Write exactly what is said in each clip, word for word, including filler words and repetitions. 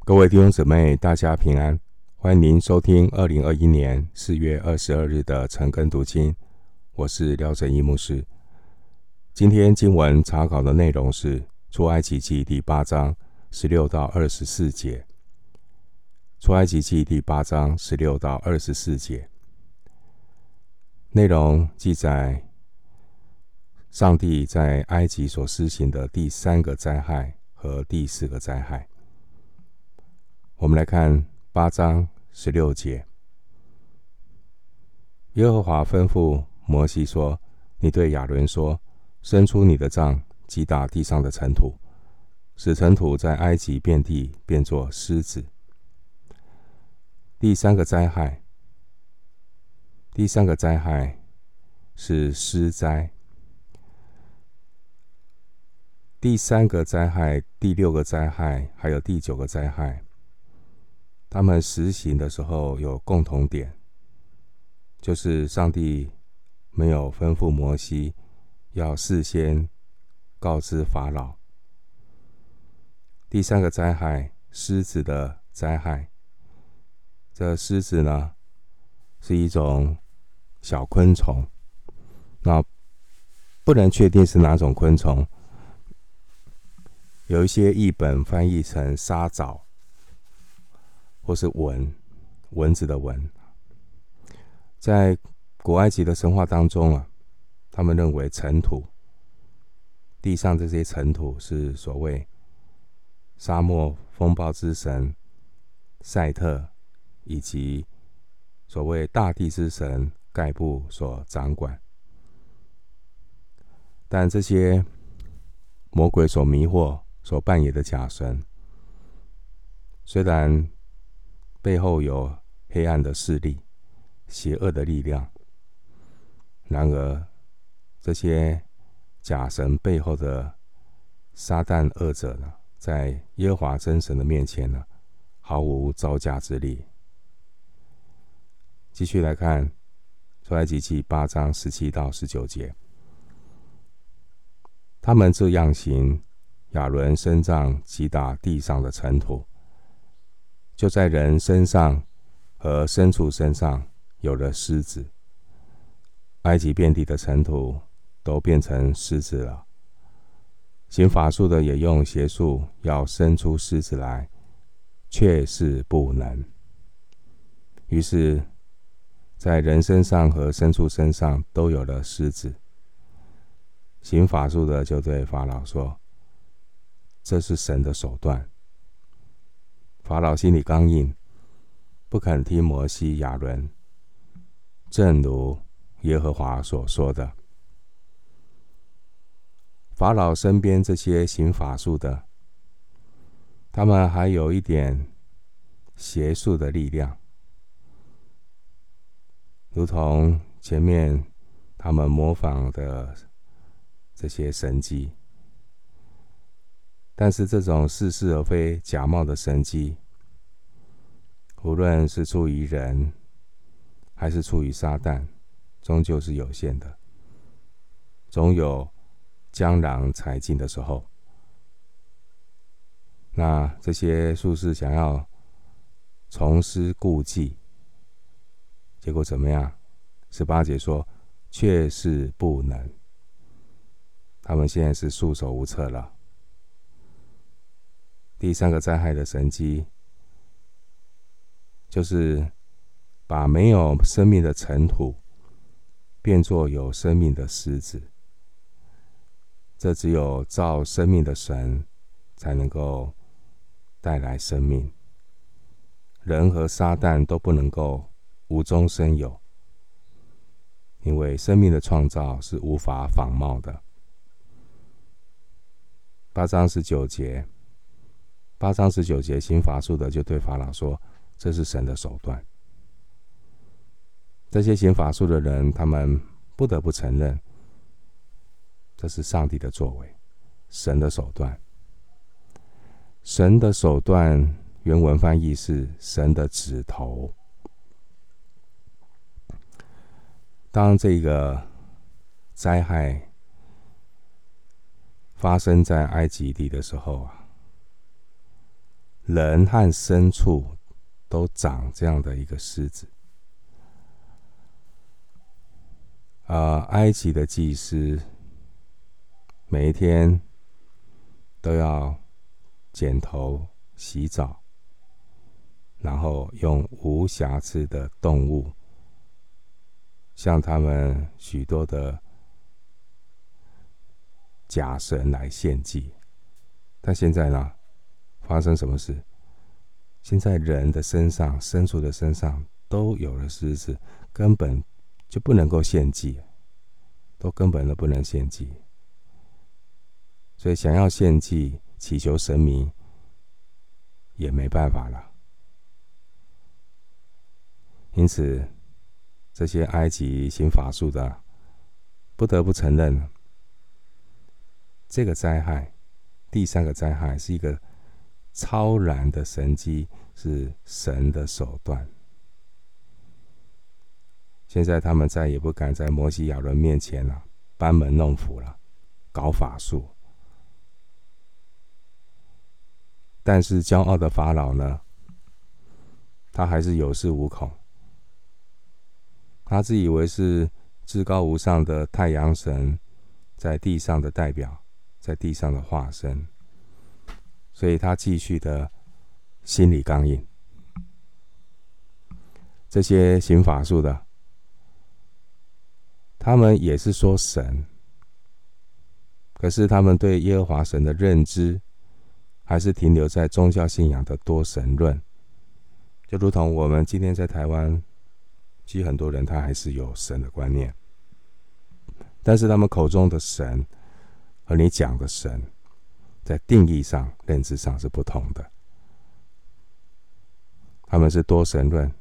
各位弟兄姊妹，大家平安！欢迎您收听二零二一年四月二十二日的晨更读经，我是廖正一牧师。今天经文查考的内容是出埃及记第八章十六到二十四节。出埃及记第八章十六到二十四节，内容记载上帝在埃及所施行的第三个灾害和第四个灾害。我们来看八章十六节。耶和华吩咐摩西说：你对亚伦说，伸出你的杖，击打地上的尘土，使尘土在埃及遍地变作狮子。第三个灾害，第三个灾害是狮灾。第三个灾害、第六个灾害还有第九个灾害，他们实行的时候有共同点，就是上帝没有吩咐摩西要事先告知法老。第三个灾害，狮子的灾害，这狮子呢是一种小昆虫，那不能确定是哪种昆虫，有一些译本翻译成沙蚤或是蚊，蚊子的蚊。在古埃及的神话当中啊，他们认为尘土，地上这些尘土是所谓沙漠风暴之神赛特以及所谓大地之神盖布所掌管。但这些魔鬼所迷惑所扮演的假神，虽然背后有黑暗的势力、邪恶的力量，然而这些假神背后的撒旦恶者呢，在耶和华真神的面前呢，毫无招架之力。继续来看出埃及记八章十七到十九节，他们这样行，亚伦伸杖击打地上的尘土，就在人身上和牲畜身上有了狮子，埃及遍地的尘土都变成狮子了。行法术的也用邪术要生出狮子来，却是不能。于是在人身上和牲畜身上都有了狮子。行法术的就对法老说，这是神的手段。法老心里刚硬，不肯听摩西、亚伦，正如耶和华所说的。法老身边这些行法术的，他们还有一点邪术的力量，如同前面他们模仿的这些神迹。但是这种似是而非、假冒的神迹，无论是出于人还是出于撒旦，终究是有限的，总有江郎才尽的时候。那这些术士想要重施故技，结果怎么样？十八节说，却是不能。他们现在是束手无策了。第三个灾害的神迹，就是把没有生命的尘土变作有生命的狮子。这只有造生命的神才能够带来生命，人和撒旦都不能够无中生有，因为生命的创造是无法仿冒的。八章十九节，八章十九节，行法术的就对法老说，这是神的手段。这些行法术的人，他们不得不承认，这是上帝的作为，神的手段。神的手段原文翻译是神的指头。当这个灾害发生在埃及地的时候啊， 人和牲畜都长这样的一个狮子。呃，埃及的祭司每一天都要剪头洗澡，然后用无瑕疵的动物向他们许多的假神来献祭。但现在呢，发生什么事？现在人的身上、牲畜的身上都有了狮子，根本就不能够献祭，都根本都不能献祭。所以想要献祭祈求神明也没办法了。因此这些埃及行法术的不得不承认，这个灾害，第三个灾害是一个超然的神迹，是神的手段。现在他们再也不敢在摩西亚伦面前了、啊、班门弄斧了，搞法术。但是骄傲的法老呢，他还是有恃无恐，他自以为是至高无上的太阳神在地上的代表，在地上的化身，所以他继续的心理刚硬。这些行法术的，他们也是说神，可是他们对耶和华神的认知还是停留在宗教信仰的多神论，就如同我们今天在台湾，其实很多人他还是有神的观念，但是他们口中的神和你讲的神在定义上、认知上是不同的。他们是多神论，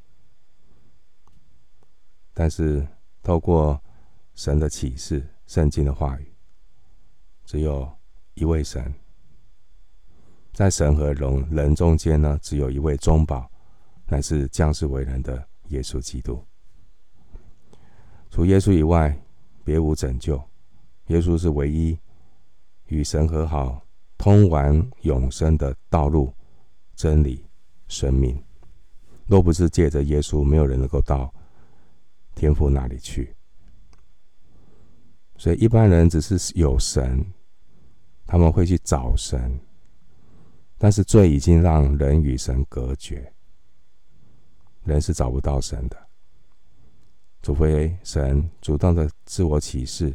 但是透过神的启示、圣经的话语，只有一位神，在神和人中间呢，只有一位中保，乃是降世为人的耶稣基督。除耶稣以外，别无拯救。耶稣是唯一与神和好、通往永生的道路、真理、生命。若不是借着耶稣，没有人能够到天父那里去。所以一般人只是有神，他们会去找神，但是罪已经让人与神隔绝，人是找不到神的，除非神主动的自我启示，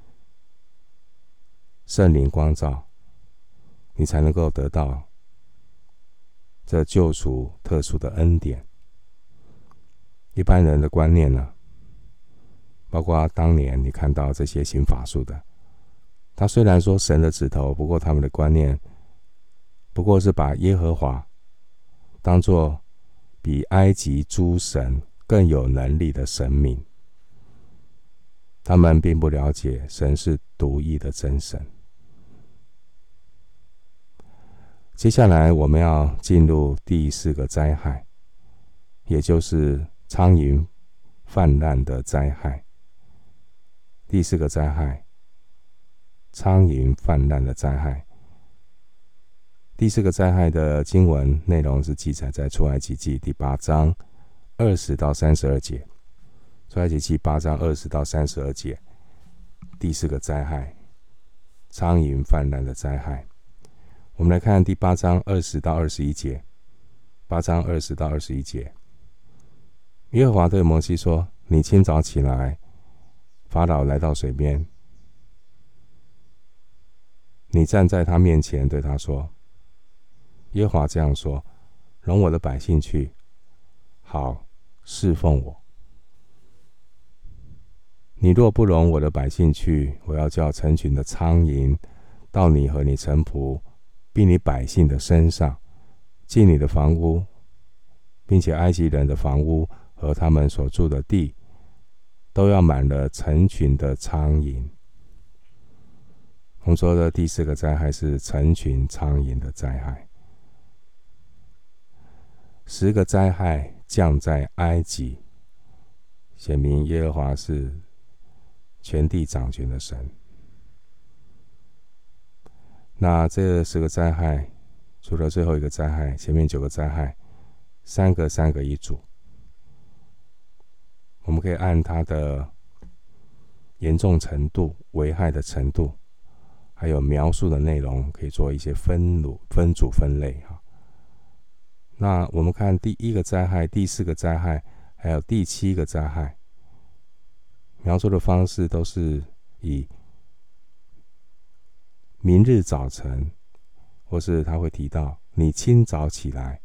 圣灵光照，你才能够得到这救赎特殊的恩典。一般人的观念呢，包括当年你看到这些行法术的，他虽然说神的指头，不过他们的观念不过是把耶和华当作比埃及诸神更有能力的神明，他们并不了解神是独一的真神。接下来我们要进入第四个灾害，也就是苍蝇泛滥的灾害。第四个灾害，苍蝇泛滥的灾害。第四个灾害的经文内容是记载在出埃及记第八章二十到三十二节。出埃及记八章二十到三十二节，第四个灾害，苍蝇泛滥的灾害。我们来看第八章二十到二十一节。八章二十到二十一节，耶和华对摩西说：“你清早起来，法老来到水边，你站在他面前，对他说：耶和华这样说，容我的百姓去，好侍奉我。你若不容我的百姓去，我要叫成群的苍蝇到你和你臣仆并你百姓的身上，进你的房屋，并且埃及人的房屋和他们所住的地都要满了成群的苍蝇。”我们说的第四个灾害是成群苍蝇的灾害。十个灾害降在埃及，显明耶和华是全地掌权的神。那这十个灾害除了最后一个灾害，前面九个灾害，三个三个一组，我们可以按它的严重程度、危害的程度，还有描述的内容，可以做一些分组、分组分类哈。那我们看第一个灾害、第四个灾害，还有第七个灾害，描述的方式都是以明日早晨，或是他会提到你清早起来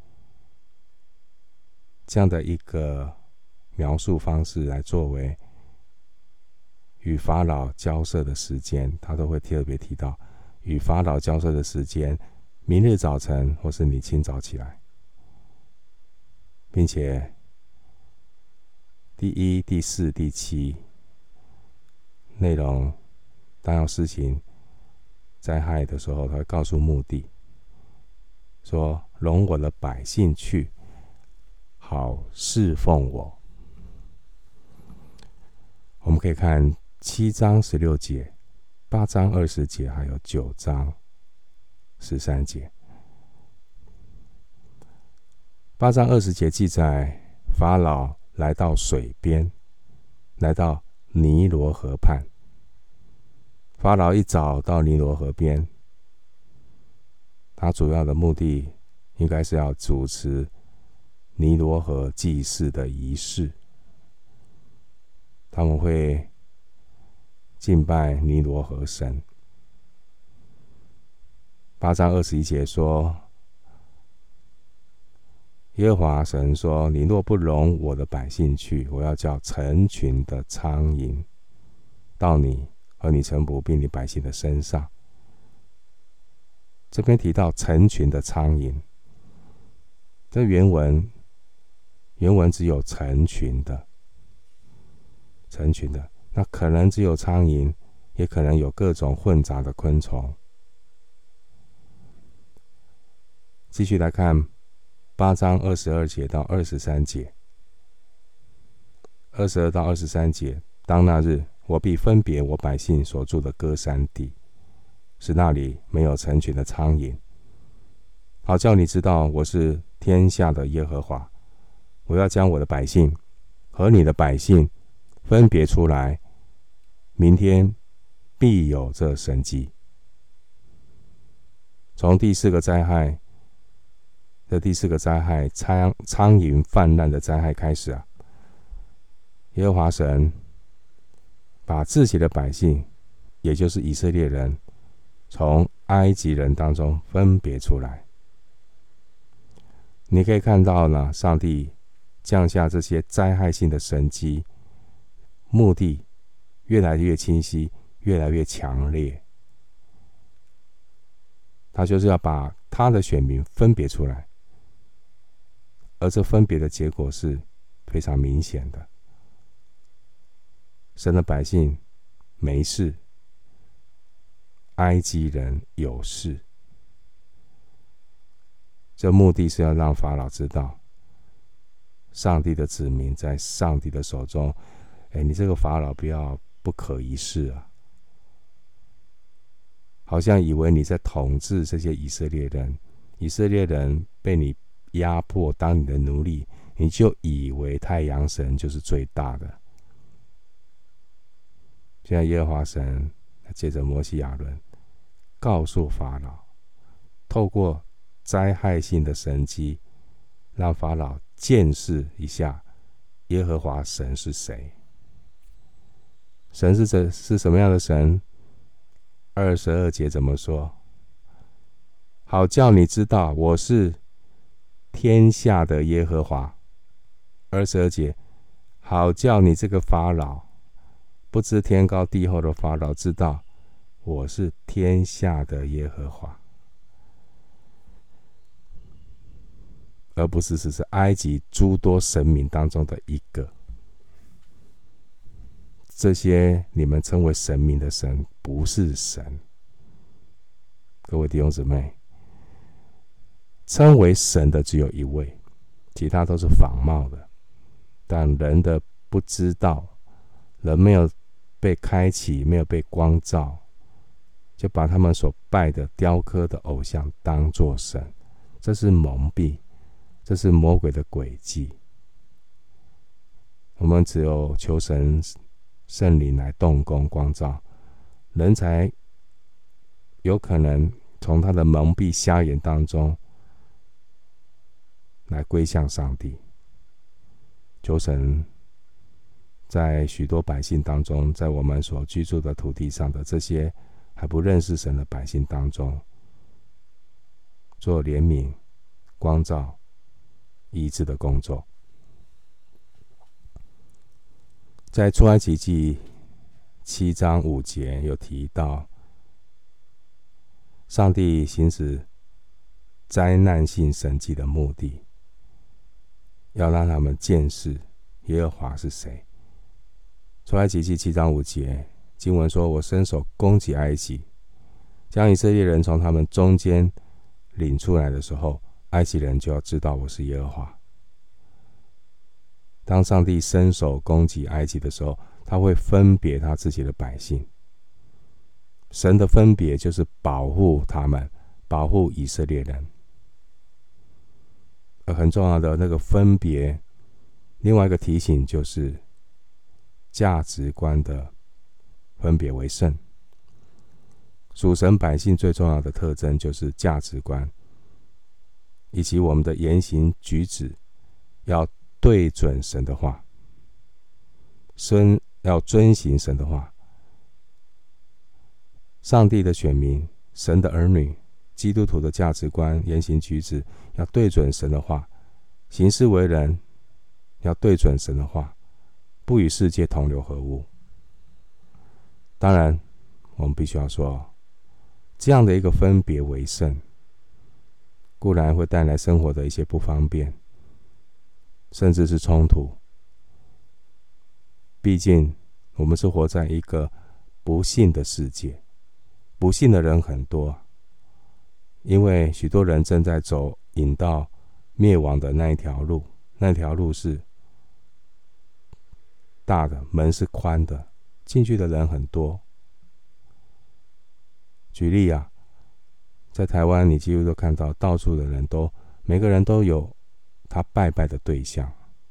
这样的一个描述方式来作为与法老交涉的时间，他都会特别提到与法老交涉的时间，明日早晨或是你清早起来，并且第一、第四、第七内容，当要施行灾害的时候，他会告诉目的，说容我的百姓去，好侍奉我。我们可以看七章十六节、八章二十节，还有九章十三节。八章二十节记载，法老来到水边，来到尼罗河畔。法老一早到尼罗河边，他主要的目的应该是要主持尼罗河祭祀的仪式。他们会敬拜尼罗河神。八章二十一节说，耶和华神说：“你若不容我的百姓去，我要叫成群的苍蝇到你和你臣仆并你百姓的身上。”这边提到成群的苍蝇，这原文原文只有成群的，成群的，那可能只有苍蝇，也可能有各种混杂的昆虫。继续来看八章二十二节到二十三节。二十二到二十三节，当那日，我必分别我百姓所住的歌珊地，使那里没有成群的苍蝇，好叫你知道我是天下的耶和华。我要将我的百姓和你的百姓分别出来，明天必有这神迹。从第四个灾害，这第四个灾害苍苍蝇泛滥的灾害开始啊，耶和华神把自己的百姓，也就是以色列人，从埃及人当中分别出来。你可以看到呢，上帝降下这些灾害性的神迹，目的越来越清晰，越来越强烈。他就是要把他的选民分别出来，而这分别的结果是非常明显的。神的百姓没事，埃及人有事。这目的是要让法老知道，上帝的子民在上帝的手中。哎，你这个法老不要不可一世啊！好像以为你在统治这些以色列人，以色列人被你压迫当你的奴隶，你就以为太阳神就是最大的。现在耶和华神借着摩西亚伦告诉法老，透过灾害性的神迹，让法老见识一下耶和华神是谁。神是这是什么样的神？二十二节怎么说？好叫你知道我是天下的耶和华。二十二节，好叫你这个法老，不知天高地厚的法老知道我是天下的耶和华，而不是只是埃及诸多神明当中的一个。这些你们称为神明的神不是神。各位弟兄姊妹，称为神的只有一位，其他都是仿冒的。但人的不知道，人没有被开启，没有被光照，就把他们所拜的雕刻的偶像当作神， 这是蒙蔽，这是魔鬼的诡计。我们只有求神圣灵来动工光照，人才有可能从他的蒙蔽瞎眼当中来归向上帝。求神在许多百姓当中，在我们所居住的土地上的这些还不认识神的百姓当中，做怜悯、光照、医治的工作。在出埃及记七章五节有提到，上帝行使灾难性神迹的目的，要让他们见识耶和华是谁。出埃及记七章五节经文说，我伸手攻击埃及，将以色列人从他们中间领出来的时候，埃及人就要知道我是耶和华。当上帝伸手攻击埃及的时候，他会分别他自己的百姓。神的分别就是保护他们，保护以色列人。而很重要的那个分别，另外一个提醒就是价值观的分别为圣。属神百姓最重要的特征就是价值观，以及我们的言行举止要对准神的话，遵要遵行神的话。上帝的选民，神的儿女，基督徒的价值观、言行举止要对准神的话，行事为人要对准神的话，不与世界同流合污。当然，我们必须要说，这样的一个分别为圣，固然会带来生活的一些不方便，甚至是冲突。毕竟我们是活在一个不幸的世界，不幸的人很多，因为许多人正在走引到灭亡的那一条路，那条路是大的，门是宽的，进去的人很多。举例啊，在台湾你几乎都看到，到处的人都每个人都有他拜拜的对象。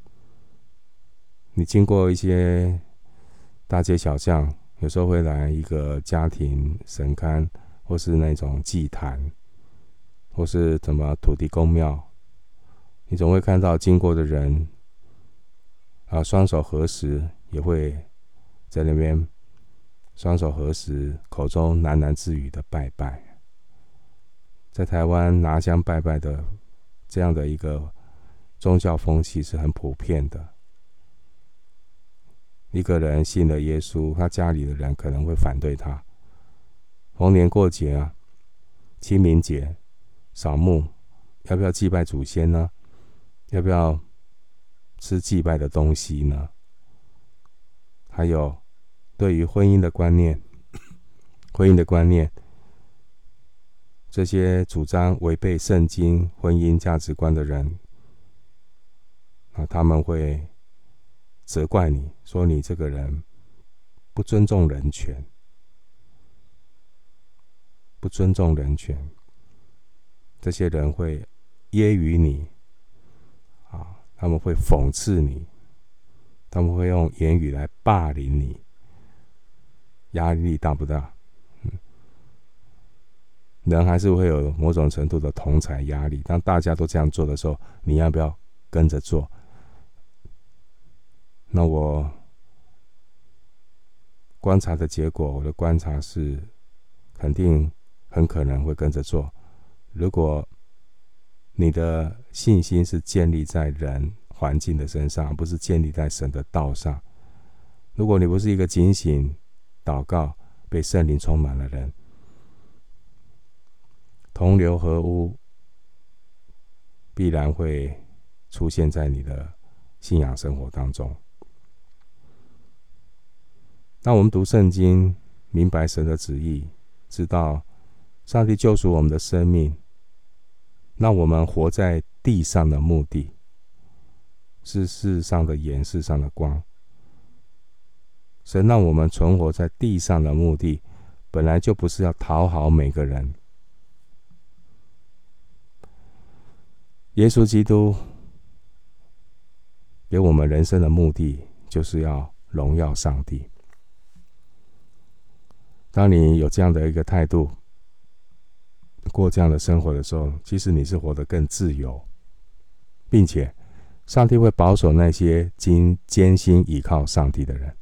你经过一些大街小巷，有时候会来一个家庭神龛，或是那种祭坛，或是什么土地公庙，你总会看到经过的人啊，双手合十，也会在那边双手合十，口中喃喃自语的拜拜。在台湾拿香拜拜的这样的一个宗教风气是很普遍的。一个人信了耶稣，他家里的人可能会反对他。逢年过节啊，清明节、扫墓，要不要祭拜祖先呢？要不要吃祭拜的东西呢？还有对于婚姻的观念，婚姻的观念，这些主张违背圣经婚姻价值观的人，啊，他们会责怪你，说你这个人不尊重人权，不尊重人权。这些人会揶揄你，啊，他们会讽刺你，他们会用言语来霸凌你。压力大不大？嗯，人还是会有某种程度的同侪压力。当大家都这样做的时候，你要不要跟着做？那我观察的结果，我的观察是，肯定很可能会跟着做。如果你的信心是建立在人环境的身上，而不是建立在神的道上，如果你不是一个警醒、祷告、被圣灵充满的人，同流合污必然会出现在你的信仰生活当中。那我们读圣经，明白神的旨意，知道上帝救赎我们的生命，那我们活在地上的目的是世上的盐，世上的光。神让我们存活在地上的目的，本来就不是要讨好每个人。 耶稣基督给我们人生的目的，就是要荣耀上帝。当你有这样的一个态度，过这样的生活的时候，其实你是活得更自由，并且上帝会保守那些经艰辛倚靠上帝的人。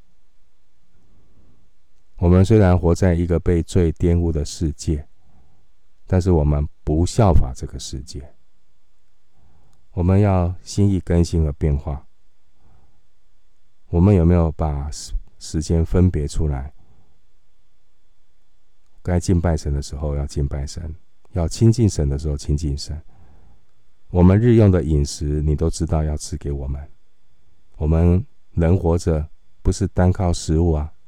我们虽然活在一个被罪玷污的世界，但是我们不效法这个世界。我们要心意更新和变化。我们有没有把时间分别出来？该敬拜神的时候要敬拜神，要亲近神的时候亲近神。我们日用的饮食，你都知道要赐给我们。我们人活着不是单靠食物啊，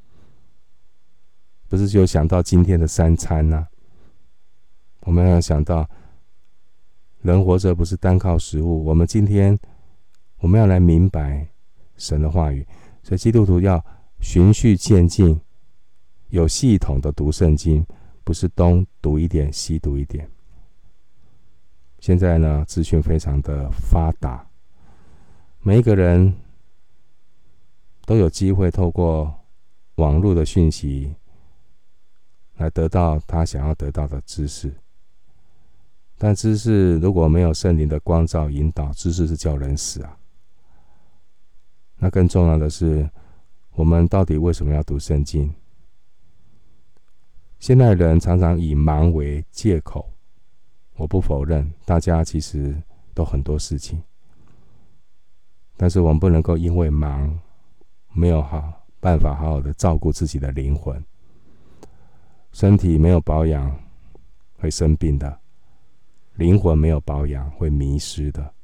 不是就想到今天的三餐啊。我们要想到，人活着不是单靠食物。我们今天，我们要来明白神的话语，所以基督徒要循序渐进，有系统的读圣经，不是东读一点西读一点。现在呢，资讯非常的发达，每一个人都有机会透过网络的讯息来得到他想要得到的知识。但知识如果没有圣灵的光照引导，知识是叫人死啊。那更重要的是，我们到底为什么要读圣经？现代人常常以忙为借口，我不否认，大家其实都很多事情，但是我们不能够因为忙，没有好办法好好的照顾自己的灵魂。身体没有保养会生病的，灵魂没有保养会迷失的。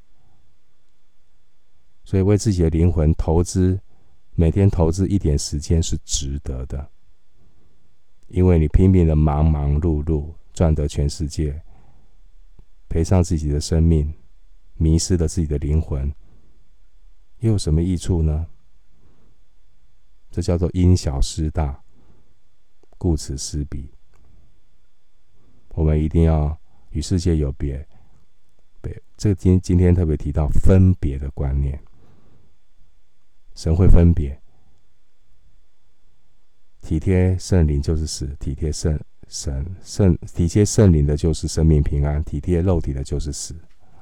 所以为自己的灵魂投资，每天投资一点时间是值得的。因为你拼命的忙忙碌碌，赚得全世界，赔上自己的生命，迷失了自己的灵魂，又有什么益处呢？这叫做因小失大，顾此失彼。我们一定要与世界有别。这个今今天特别提到分别的观念。神会分别，体贴圣灵就是死，体贴圣神圣体贴圣灵的就是生命平安，体贴肉体的就是死。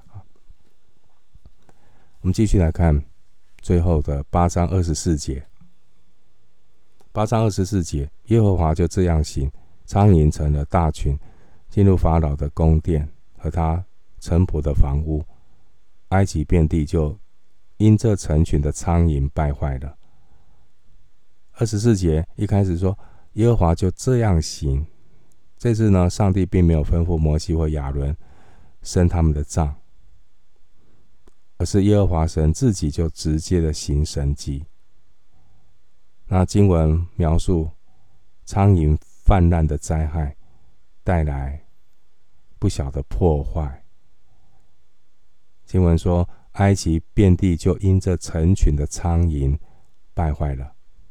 我们继续来看最后的八章二十四节。八章二十四节，耶和华就这样行，苍蝇成了大群，进入法老的宫殿和他臣仆的房屋，埃及遍地就因这成群的苍蝇败坏了。二十四节一开始说耶和华就这样行，这次呢，上帝并没有吩咐摩西或亚伦生他们的杖，而是耶和华神自己就直接的行神迹。那经文描述苍蝇泛滥的灾害带来不小的破坏。经文说埃及遍地就因这成群的苍蝇败坏了。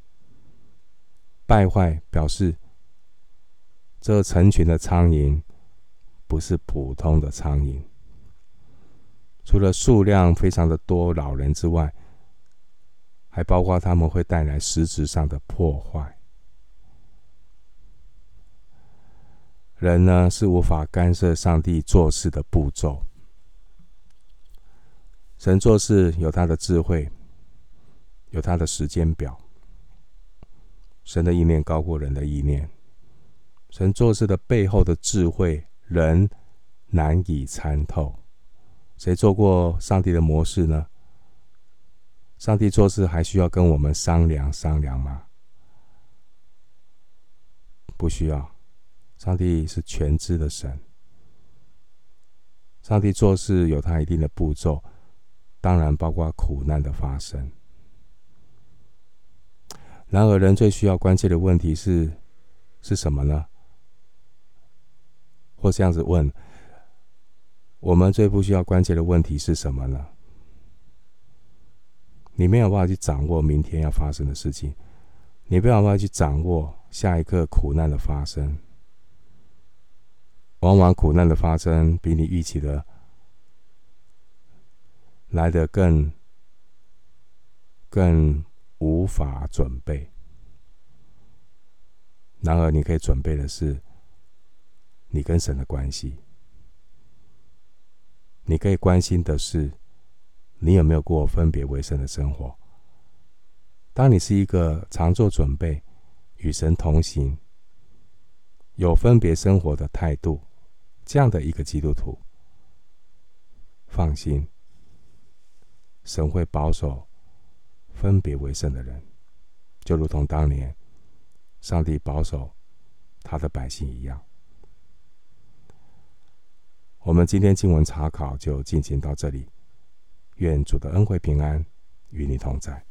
败坏表示这成群的苍蝇不是普通的苍蝇，除了数量非常的多老人之外，还包括他们会带来实质上的破坏。人呢，是无法干涉上帝做事的步骤。神做事有他的智慧，有他的时间表。神的意念高过人的意念，神做事的背后的智慧，人难以参透。谁做过上帝的模式呢？上帝做事还需要跟我们商量商量吗？不需要。上帝是全知的神，上帝做事有他一定的步骤，当然包括苦难的发生。然而人最需要关切的问题是是什么呢？或这样子问，我们最不需要关切的问题是什么呢？你没有办法去掌握明天要发生的事情，你没有办法去掌握下一刻苦难的发生。往往苦难的发生比你预期的来得更更无法准备。然而，你可以准备的是你跟神的关系。你可以关心的是，你有没有过分别为圣的生活？当你是一个常做准备、与神同行、有分别生活的态度，这样的一个基督徒，放心，神会保守分别为圣的人，就如同当年上帝保守他的百姓一样。我们今天经文查考就进行到这里，愿主的恩惠平安与你同在。